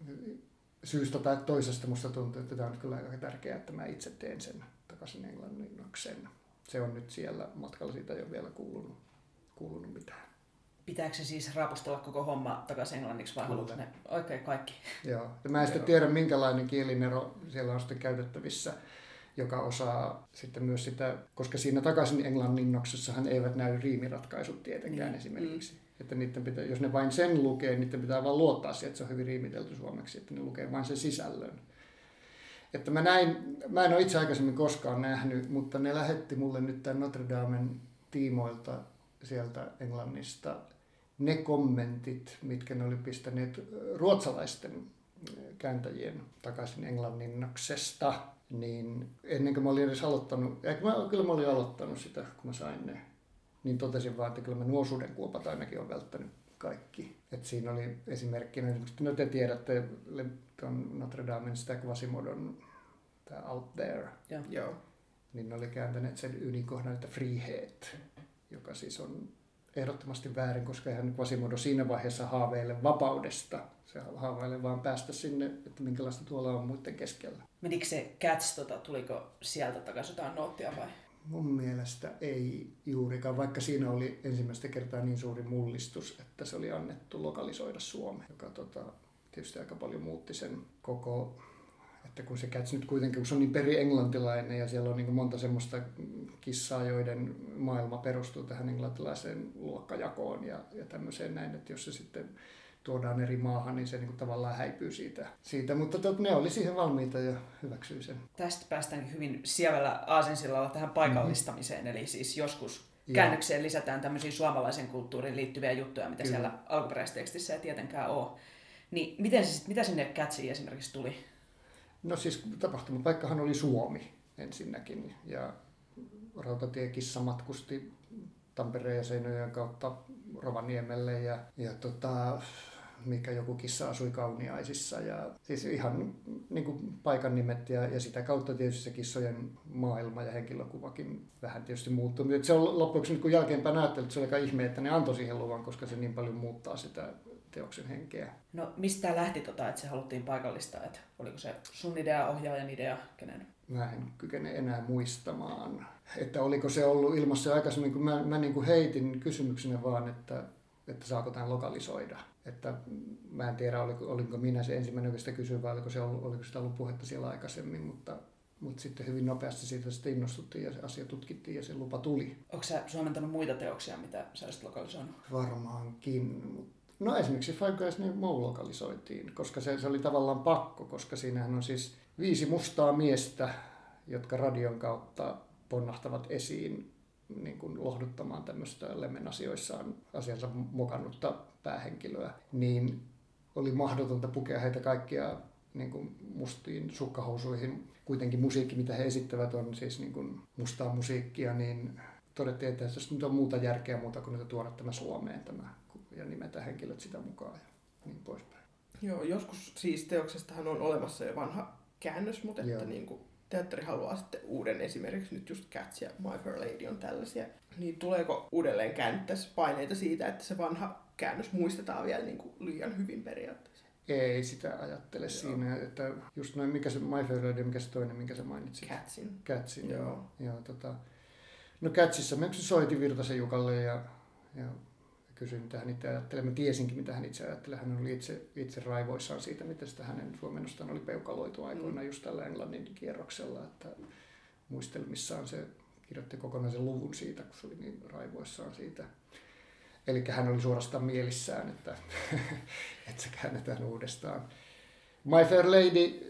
syystä tai toisesta musta tuntuu, että tämä on kyllä aika tärkeää, että mä itse teen sen takaisin englanninnoksen. Se on nyt siellä matkalla, siitä ei ole vielä kuulunut, kuulunut mitään. Pitääkö se siis raapustella koko homma takaisin englanniksi vai haluatko ne oikein kaikki? Joo. Ja mä en sitten tiedä, minkälainen kielinero siellä on sitten käytettävissä, joka osaa sitten myös sitä, koska siinä takaisin englanninnoksessahan eivät näy riimiratkaisut tietenkään niin. esimerkiksi. Mm. Että niiden pitää, jos ne vain sen lukee, niiden pitää vaan luottaa siihen, että se on hyvin riimitelty suomeksi, että ne lukee vain sen sisällön. Että mä, näin, mä en ole itse aikaisemmin koskaan nähnyt, mutta ne lähetti mulle nyt tämän Notre Damen tiimoilta sieltä Englannista ne kommentit, mitkä ne oli pistäneet ruotsalaisten kääntäjien takaisin englanninnoksesta, niin ennen kuin mä olin edes aloittanut, ja mä, kyllä mä olin aloittanut sitä, kun mä sain ne, niin totesin vaan, että kyllä mä nuo sudenkuopat ainakin on välttänyt kaikki. Et siinä oli esimerkkinä, no te tiedätte tuon Notre Damen sitä Quasimodon, tämä Out There, ja. Joo. niin ne oli kääntäneet sen ydinkohdan, että Freehead, joka siis on ehdottomasti väärin, koska eihän Quasimodo siinä vaiheessa haaveile vapaudesta. Se haaveilee vaan päästä sinne, että minkälaista tuolla on muiden keskellä. Menikö se Cats, tota, tuliko sieltä takaisin jotain noottia vai? Mun mielestä ei juurikaan, vaikka siinä oli ensimmäistä kertaa niin suuri mullistus, että se oli annettu lokalisoida Suomeen, joka tota, tietysti aika paljon muutti sen koko, että kun se Cats nyt kuitenkin, kun se on niin peri-englantilainen ja siellä on niin monta semmoista kissaa, joiden maailma perustuu tähän englantilaiseen luokkajakoon ja, ja tämmöiseen näin, että jos se sitten tuodaan eri maahan, niin se niin kuin tavallaan häipyy siitä. siitä. Mutta tot, ne oli siihen valmiita ja hyväksyi sen. Tästä päästäänkin hyvin sievällä aasinsillalla tähän paikallistamiseen, mm-hmm. eli siis joskus käännökseen lisätään tämmöisiä suomalaisen kulttuuriin liittyviä juttuja, mitä Kyllä. siellä alkuperäistekstissä ei tietenkään ole. Niin miten se, mitä sinne Catsiin esimerkiksi tuli? No siis tapahtumapaikkahan oli Suomi ensinnäkin ja Rautatiekissa matkusti Tampereen ja Seinäjoen kautta Rovaniemelle ja, ja tota, mikä joku kissa asui Kauniaisissa ja siis ihan niin kuin paikan nimet ja, ja sitä kautta tietysti se kissojen maailma ja henkilökuvakin vähän tietysti muuttuu. Mutta se on loppuksi nyt kun jälkeenpäin ajattelin, että se oli aika ihme, että ne antoi siihen luvan, koska se niin paljon muuttaa sitä teoksen henkeä. No mistä tämä lähti, tota, että se haluttiin paikallistaa? Että oliko se sun idea, ohjaajan idea, kenen? Mä en kykene enää muistamaan, että oliko se ollut ilmassa aikaisemmin, kun mä, mä niin kuin heitin kysymyksenä vaan, että, että saako tämän lokalisoida. Että mä en tiedä, oliko, olinko minä se ensimmäinen, joka sitä kysyi, vai oliko, se ollut, oliko sitä ollut puhetta siellä aikaisemmin, mutta, mutta sitten hyvin nopeasti siitä sitten innostuttiin ja se asia tutkittiin ja se lupa tuli. Onko sä suomentanut muita teoksia, mitä sä olisit lokalisoinut? Varmaankin, mutta no esimerkiksi Five Guys Named Moe lokalisoitiin, koska se, se oli tavallaan pakko, koska siinähän on siis viisi mustaa miestä, jotka radion kautta ponnahtavat esiin niin kuin lohduttamaan tämmöistä lemmenasioissaan asiansa mokannutta päähenkilöä, niin oli mahdotonta pukea heitä kaikkia niin kuin mustiin sukkahousuihin. Kuitenkin musiikki, mitä he esittävät, on siis niin kuin mustaa musiikkia, niin todettiin, että tässä nyt on muuta järkeä muuta kuin että tuoda tämä Suomeen tämä ja nimetä henkilöt sitä mukaan ja niin poispäin. Joo, joskus siis teoksestahan on olemassa jo vanha käännös, mutta että niin kuin teatteri haluaa sitten uuden, esimerkiksi nyt just Cats ja My Fair Lady on tällaisia. Niin tuleeko uudelleen käännettäisiin paineita siitä, että se vanha käännös muistetaan vielä niin kuin liian hyvin periaatteessa? Ei sitä ajattele joo. Siinä, että just noin, mikä se My Fair Lady, mikä se toinen, minkä sä mainitsit? Catsin. Catsin, joo. joo. joo tota. No Catsissa mä soitin Virtasen Jukalle ja, ja kysyin, mitä hän itse ajattelee. Mä tiesinkin, mitä hän itse ajattelee. Hän oli itse, itse raivoissaan siitä, miten sitä hänen suomennostaan oli peukaloitu aikoina mm. just tällä englannin kierroksella. Että muistelmissaan se kirjoitti kokonaisen luvun siitä, kun se oli niin raivoissaan siitä. Eli hän oli suorastaan mielissään, että, että se käännetään uudestaan. My Fair Lady,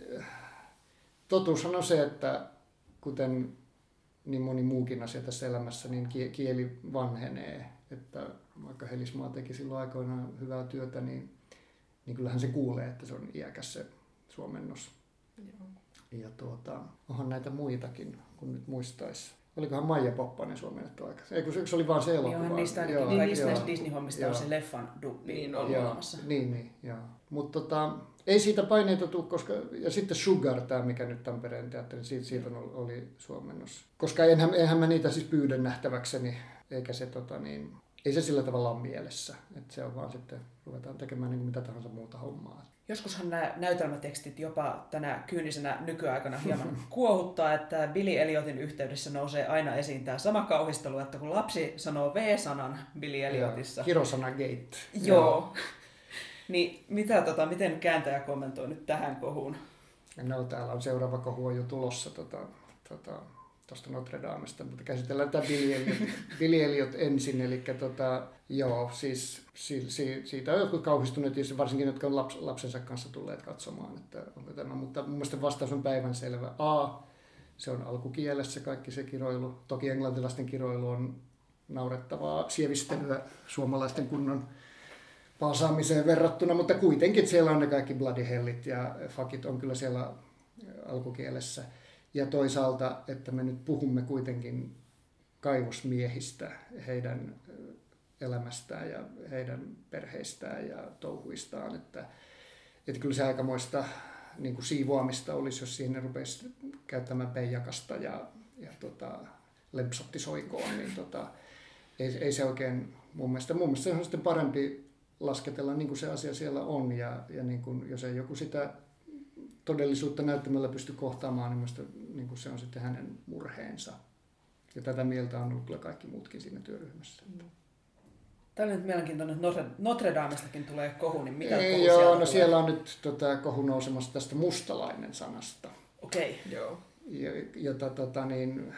totuushan on se, että kuten niin moni muukin asia tässä elämässä, niin kieli vanhenee. Että vaikka Helismaa teki silloin aikoinaan hyvää työtä, niin, niin kyllähän se kuulee, että se on iäkäs se suomennos. Joo. Ja tuota, onhan näitä muitakin, kun nyt muistaisi. Olikohan Maija Poppanen suomennettu aikaisemmin? Ei, kun se oli vaan se elokuva. Joo, niistä ainakin joo, kaikista näistä Disney-hommista on se leffan duppi niin, ollut joo, olemassa. Niin, niin, joo. Mutta tota, ei siitä paineita tule, koska... Ja sitten Sugar, tämä mikä nyt Tampereen teatteri, siitä, siitä oli suomennos. Koska enhän, enhän mä niitä siis pyydä nähtäväkseni, eikä se tota niin... Ei se sillä tavalla ole mielessä, että se on vaan sitten, ruvetaan tekemään niin kuin mitä tahansa muuta hommaa. Joskushan nämä näytelmätekstit jopa tänä kyynisenä nykyaikana hieman kuohuttaa, että Billy Elliotin yhteydessä nousee aina esiin tämä sama kauhistelu, että kun lapsi sanoo V-sanan Billy Elliotissa. Kirosana Gate. Joo. Niin mitä, tota, miten kääntäjä kommentoi nyt tähän kohuun? No täällä on seuraava kohu on jo tulossa tota, tota, tuosta Notre Damesta, mutta käsitellään tämä Billy Elliot, Billy Elliot ensin. Eli tota, joo, siis si, si, siitä on jotkut kauhistuneet, varsinkin jotka on laps, lapsensa kanssa tulleet katsomaan, että onko tämä. Mutta mun mielestä vastaus on päivänselvä. A, se on alkukielessä kaikki se kiroilu. Toki englantilaisten kiroilu on naurettavaa sievistelyä suomalaisten kunnon paasaamiseen verrattuna, mutta kuitenkin siellä on ne kaikki bloody hellit ja fuckit on kyllä siellä alkukielessä. Ja toisaalta, että me nyt puhumme kuitenkin kaivosmiehistä, heidän elämästään ja heidän perheistään ja touhuistaan. Että, että kyllä se aikamoista niin kuin siivoamista olisi, jos siihen rupeisi käyttämään peijakasta ja, ja tota, lempsottisoikoon. Niin tota, ei, ei se oikein mun mielestä, mun mielestä se on sitten parempi lasketella niin kuin se asia siellä on. Ja, ja niin kuin, jos ei joku sitä todellisuutta näyttämällä pysty kohtaamaan, niin minusta niin se on sitten hänen murheensa. Ja tätä mieltä on ollut kyllä kaikki muutkin siinä työryhmässä. Mm. Tämä on nyt mielenkiintoinen, että Notre, Notre Damestakin tulee kohu, niin mitä Ei, kohu joo, sieltä no tulee? siellä on nyt tota, kohu nousemassa tästä mustalainen sanasta. Okei. Okay. Joo. Jota, tota, niin,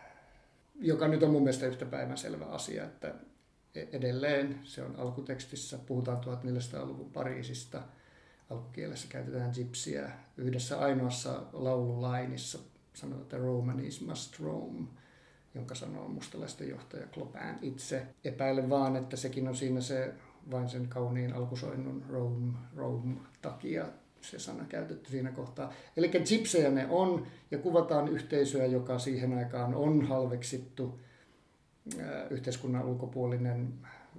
joka nyt on mun mielestä yhtä päivänselvä asia, että edelleen se on alkutekstissä, puhutaan tuhatneljäsataaluvun Pariisista. Alkukielessä käytetään gypsiä. Yhdessä ainoassa laululainissa sanotaan, että Romanis must roam, jonka sanoo mustalaisten johtaja Clopin itse. Epäilen vaan, että sekin on siinä se vain sen kauniin alkusoinnun roam, roam takia se sana käytetty siinä kohtaa. Eli gypsejä ne on ja kuvataan yhteisöä, joka siihen aikaan on halveksittu yhteiskunnan ulkopuolinen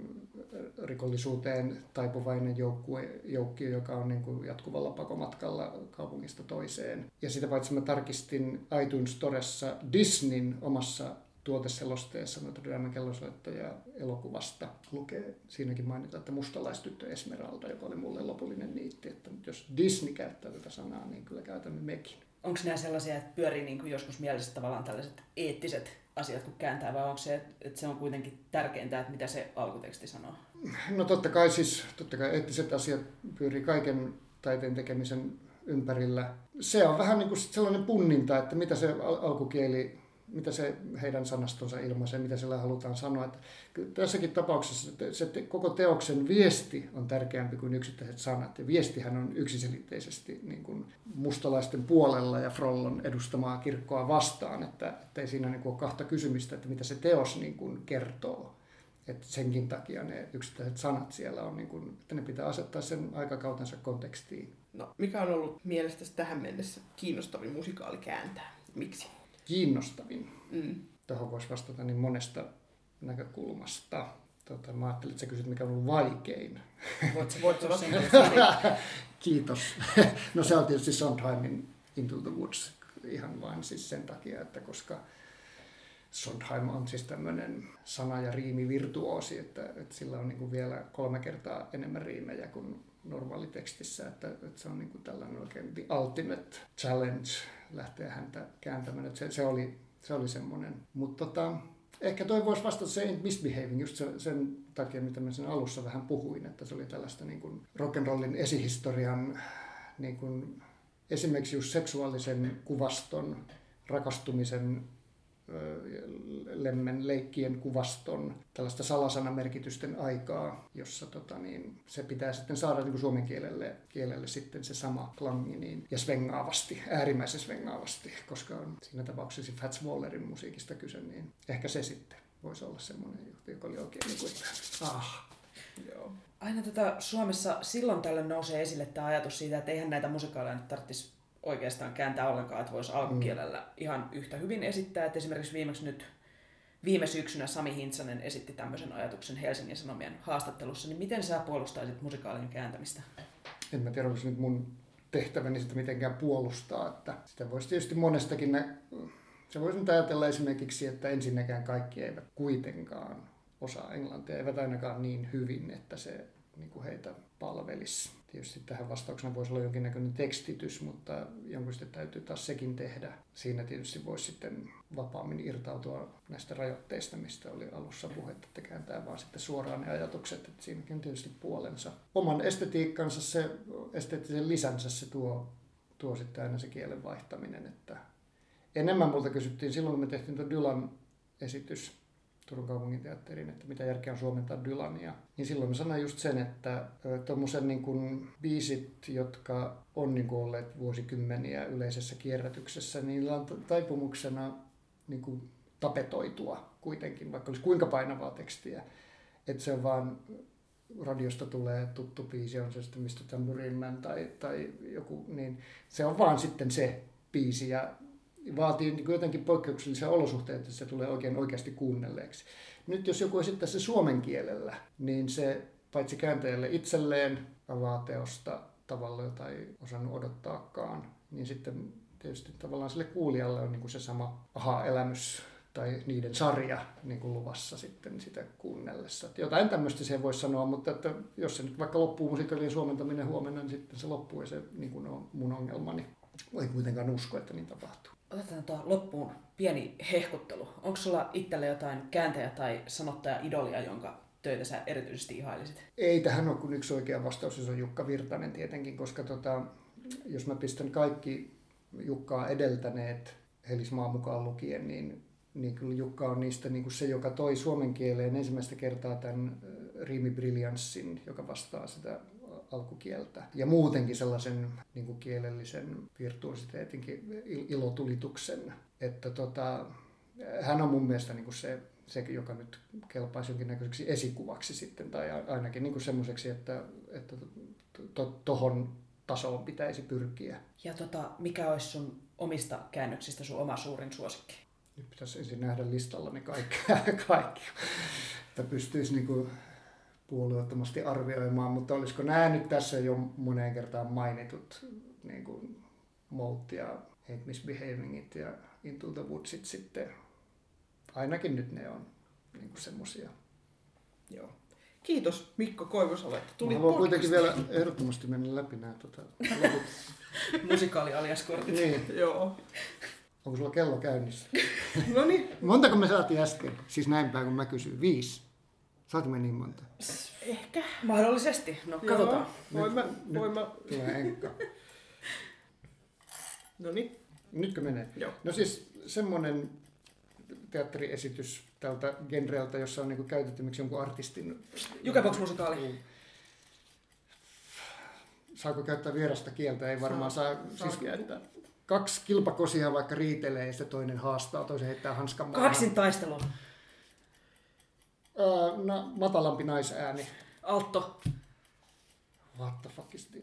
rikollisuuteen taipuvainen joukkue, joukkio, joka on niin kuin jatkuvalla pakomatkalla kaupungista toiseen. Ja sitä paitsi mä tarkistin iTunes Storessa Disneyn omassa tuoteselosteessa Notre Damen kellosoittaja elokuvasta. Lukee, siinäkin mainitaan, että mustalaistyttö Esmeralda, joka oli mulle lopullinen niitti. Että jos Disney käyttää tätä sanaa, niin kyllä käytämme mekin. Onko nämä sellaisia, että pyörii niin kuin joskus mielessä tavallaan tällaiset eettiset asiat, kun kääntää, vai onko se, että se on kuitenkin tärkeintä, että mitä se alkuteksti sanoo? No totta kai siis, totta kai eettiset asiat pyörii kaiken taiteen tekemisen ympärillä. Se on vähän niin kuin sellainen punninta, että mitä se al- alkukieli, mitä se heidän sanastonsa ilmaisee, mitä sillä halutaan sanoa. Että tässäkin tapauksessa se te- koko teoksen viesti on tärkeämpi kuin yksittäiset sanat. Ja viestihän on yksiselitteisesti niin kuin mustalaisten puolella ja Frollon edustamaa kirkkoa vastaan. Että, että ei siinä niin kuin ole kahta kysymystä, että mitä se teos niin kuin kertoo. Että senkin takia ne yksittäiset sanat siellä on, niin kuin, että ne pitää asettaa sen aikakautensa kontekstiin. No, mikä on ollut mielestäsi tähän mennessä kiinnostavin musikaali kääntää? Miksi? Kiinnostavin. Mm. Tuohon voisi vastata niin monesta näkökulmasta. Tota, mä ajattelin, että sä kysyt, mikä on ollut vaikein. Voitko vastata sen? Kiitos. No se on tietysti Sondheimin Into the Woods ihan vain siis sen takia, että koska Sondheim on siis tämmöinen sana- ja riimivirtuoosi, että, että sillä on niin kuin vielä kolme kertaa enemmän riimejä kuin normaalitekstissä, että, että se on niin kuin tällainen oikein the ultimate challenge lähteä häntä kääntämään, että se, se oli, se oli semmoinen. Mutta tota, ehkä toi voisi vastata se Ain't Misbehaving just sen, sen takia, mitä mä sen alussa vähän puhuin, että se oli tällaista niin kuin rock'n'rollin esihistorian niin kuin esimerkiksi just seksuaalisen kuvaston, rakastumisen lemmen leikkien kuvaston, tällaista salasanamerkitysten aikaa, jossa tota, niin, se pitää sitten saada niin kuin suomen kielelle, kielelle sitten se sama klangi niin, ja svengaavasti, äärimmäisen svengaavasti, koska on siinä tapauksessa Fats Wallerin musiikista kyse, niin ehkä se sitten voisi olla semmoinen, joka oli oikein niin kuin, että ah. Joo. Aina tätä Suomessa silloin tällöin nousee esille tämä ajatus siitä, että eihän näitä musikaaleja nyt tarvitsisi oikeastaan kääntää ollenkaan, että voisi alkukielellä mm. ihan yhtä hyvin esittää. Että esimerkiksi viimeksi nyt viime syksynä Sami Hintsanen esitti tämmöisen ajatuksen Helsingin Sanomien haastattelussa. Niin miten sä puolustaisit musikaalin kääntämistä? En mä tiedä, onko se nyt mun tehtäväni sitä mitenkään puolustaa. Että sitä voisi tietysti monestakin... Nä... Se voisi nyt ajatella esimerkiksi, että ensinnäkään kaikki eivät kuitenkaan osaa englantia, eivät ainakaan niin hyvin, että se niin kuin heitä palvelisi. Tietysti tähän vastauksena voisi olla jonkinnäköinen tekstitys, mutta jonkun sitten täytyy taas sekin tehdä. Siinä tietysti voisi sitten vapaammin irtautua näistä rajoitteista, mistä oli alussa puhetta, että kääntää vaan sitten suoraan ne ajatukset. Että siinäkin on tietysti puolensa. Oman estetiikkansa, se esteettisen lisänsä se tuo, tuo sitten aina se kielen vaihtaminen. Että enemmän multa kysyttiin silloin, kun me tehtiin tuon Dylan esitys Turun kaupunginteatteriin, että mitä järkeä on suomentaa Dylania. Niin silloin mä sanoin just sen, että tuommoisen niin kuin biisit, jotka on niin kuin olleet vuosikymmeniä yleisessä kierrätyksessä, niin niillä on taipumuksena niin kuin tapetoitua kuitenkin, vaikka olisi kuinka painavaa tekstiä. Että se on vaan, radiosta tulee tuttu biisi, on se sitten mister Tambourine Man tai, tai joku, niin se on vaan sitten se biisi ja vaatii niin jotenkin poikkeuksellisia olosuhteita, että se tulee oikein oikeasti kuunnelleeksi. Nyt jos joku esittää se suomen kielellä, niin se paitsi kääntäjälle itselleen avaa teosta tavalla, jota ei osannut odottaakaan, niin sitten tietysti tavallaan sille kuulijalle on niin kuin se sama aha-elämys tai niiden sarja niin kuin luvassa sitten sitä kuunnellessa. Että jotain tämmöistä se voisi sanoa, mutta että jos se nyt vaikka loppuu musikaalien suomentaminen huomenna, niin sitten se loppuu ja se niin kuin on mun ongelmani. Ei kuitenkaan usko, että niin tapahtuu. Otetaan tuo loppuun pieni hehkuttelu. Onko sulla itselle jotain kääntäjä tai sanottaja idolia, jonka töitä sä erityisesti ihailisit? Ei tähän ole kuin yksi oikea vastaus, se on Jukka Virtanen tietenkin, koska tota, jos mä pistän kaikki Jukkaa edeltäneet Helismaa mukaan lukien, niin, niin kyllä Jukka on niistä niin kuin se, joka toi suomen kieleen ensimmäistä kertaa tämän riimibriljanssin, joka vastaa sitä alkukieltä. Ja muutenkin sellaisen niin kuin kielellisen virtuositeetinkin ilotulituksen. Että tota, hän on mun mielestä niin kuin se, se, joka nyt kelpaisi jonkinnäköiseksi esikuvaksi sitten, tai ainakin niin kuin semmoiseksi, että, että to, tohon tasoon pitäisi pyrkiä. Ja tota, mikä olisi sun omista käännöksistä sun oma suurin suosikki? Nyt pitäisi ensin nähdä listallani kaikki, kaikki että pystyisi niin kuin puolueettomasti arvioimaan, mutta olisiko nämä nyt tässä jo moneen kertaan mainitut niin kuin Mout ja Hate Misbehavingit ja Into the Woodsit sitten, ainakin nyt ne on niin kuin semmosia. Joo. Kiitos Mikko Koivusalo, että tuli haluan kuitenkin vielä ehdottomasti mennä läpi nämä tota, loput. Musikaali-aliaskortit. Niin. Joo. Onko sulla kello käynnissä? No niin. Montako me saatiin äsken? Siis näin päin kun mä kysyin. Viisi. Saatu me niin monta? Ehkä. Mahdollisesti. No katsotaan. Voin mä, voin mä. Tulee enkka. No niin. Nytkö menee? Joo. No siis semmoinen teatteriesitys tältä genrealta, jossa on niinku käytetty miksi jonkun artistin... Jukebox-musikaali. Saako käyttää vierasta kieltä? Ei varmaan saa. saa, saa siis käyttää. Kaksi kilpakosia vaikka riitelee ja sitten toinen haastaa, toisen heittää hanskan maahan. Kaksin taistelu. Uh, no, matalampi naisääni. Altto. What the fuck is this?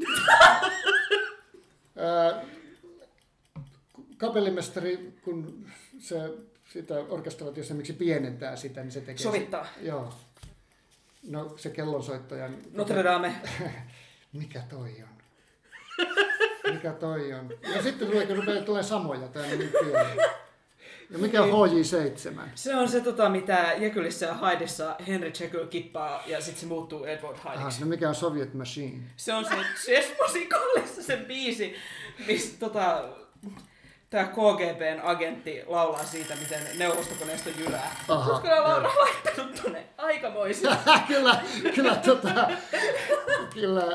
uh, kapellimestari, kun se sitä orkestrat, jos se miksi pienentää sitä, niin se tekee... Sovittaa. Se, joo. No se kellonsoittajan... Notre Dame. Mikä toi on? Mikä toi on? Ja sitten tulee, kun rupeaa tulee samoja, tää on niin pieni. Ja mikä on H J seitsemän? Se on se, tota, mitä Jekylissä ja Hydessa Henry Jekyll kippaa ja sitten se muuttuu Edward Hydeksi. Aha, no mikä on Soviet Machine? Se on se Chess-musikaalissa se biisi, missä tota, tämä K G B:n agentti laulaa siitä, miten neuvostokoneisto jylää. Oletko kyllä Laura laittanut tuonne aikamoisia? kyllä, kyllä, tota, kyllä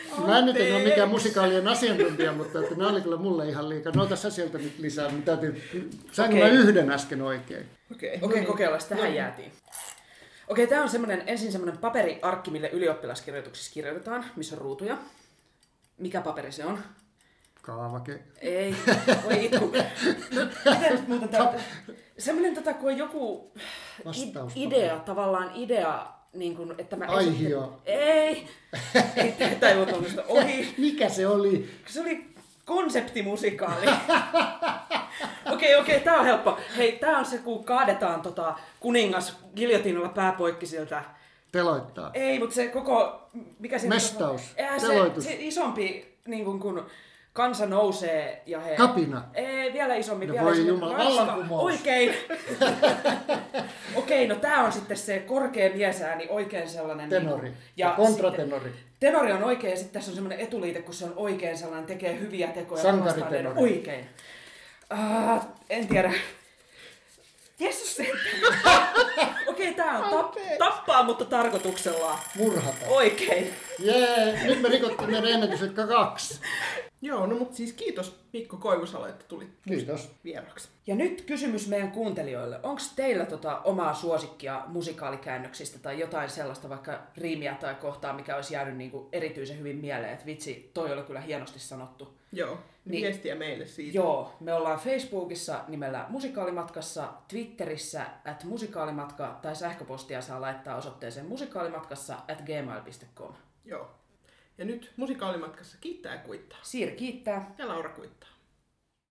Mä en nyt en ole mikään musikaalien asiantuntija, mutta että ne oli kyllä mulle ihan liikaa. No tässä sieltä nyt lisää. Mä täytyy... Sainko Okei. mä yhden äsken oikein? Okei. Okei, okay, kokeillaan. Tähän jäätiin. Okei, tää on semmonen, ensin semmonen paperiarkki, mille ylioppilaskirjoituksissa kirjoitetaan, missä on ruutuja. Mikä paperi se on? Kaavake. Ei, voi itku. No, miten nyt muuten tää... Semmonen tota, kun on joku Vastauspaperi. idea, tavallaan idea, niin kun, että mä Aihio. Ei, ei tää ei voi tuommoista ohi. Mikä se oli? Se oli konseptimusikaali. Okei, okei, tää on helppo. Hei, tää on se, kun kaadetaan tota kuningas giljotiinilla pää poikki siltä. Teloittaa. Ei, mutta se koko... Mikä siinä Mestaus. Eihän se, Teloitus. se isompi, niin kun, kun kansa nousee ja he... Kapina. Ei, vielä isommin. No vielä voi isommin. jumala, Ranska. vallankumous. Oikein. Okei, no tää on sitten se korkea miesääni, oikein sellainen... Tenori. Niin, Ja kontratenori. sitten- Tenori on oikein ja sitten tässä on semmoinen etuliite, kun se on oikein sellainen, tekee hyviä tekoja. Sankaritenori. vastaan. Oikein. Uh, en tiedä. Jeesus sentään. Okei, tää on tap, tappaa, mutta tarkoituksella. Murhata. Oikein. Jee, nyt me rikottiin meidän ennätys, että kaksi. Joo, no mutta siis kiitos Mikko Koivusalo, että tulit Kiitos. vieraksi. Ja nyt kysymys meidän kuuntelijoille. Onko teillä tota omaa suosikkia musikaalikäännöksistä tai jotain sellaista, vaikka riimiä tai kohtaa, mikä olisi jäänyt niinku erityisen hyvin mieleen, että vitsi, toi oli kyllä hienosti sanottu. Joo, Niin. viestiä meille siitä. Joo, me ollaan Facebookissa nimellä Musikaalimatkassa, Twitterissä at musikaalimatka tai sähköpostia saa laittaa osoitteeseen musikaalimatkassa at gmail piste com. Joo. Ja nyt musikaalimatkassa kiittää ja kuittaa. Siiri kiittää. Ja Laura kuittaa.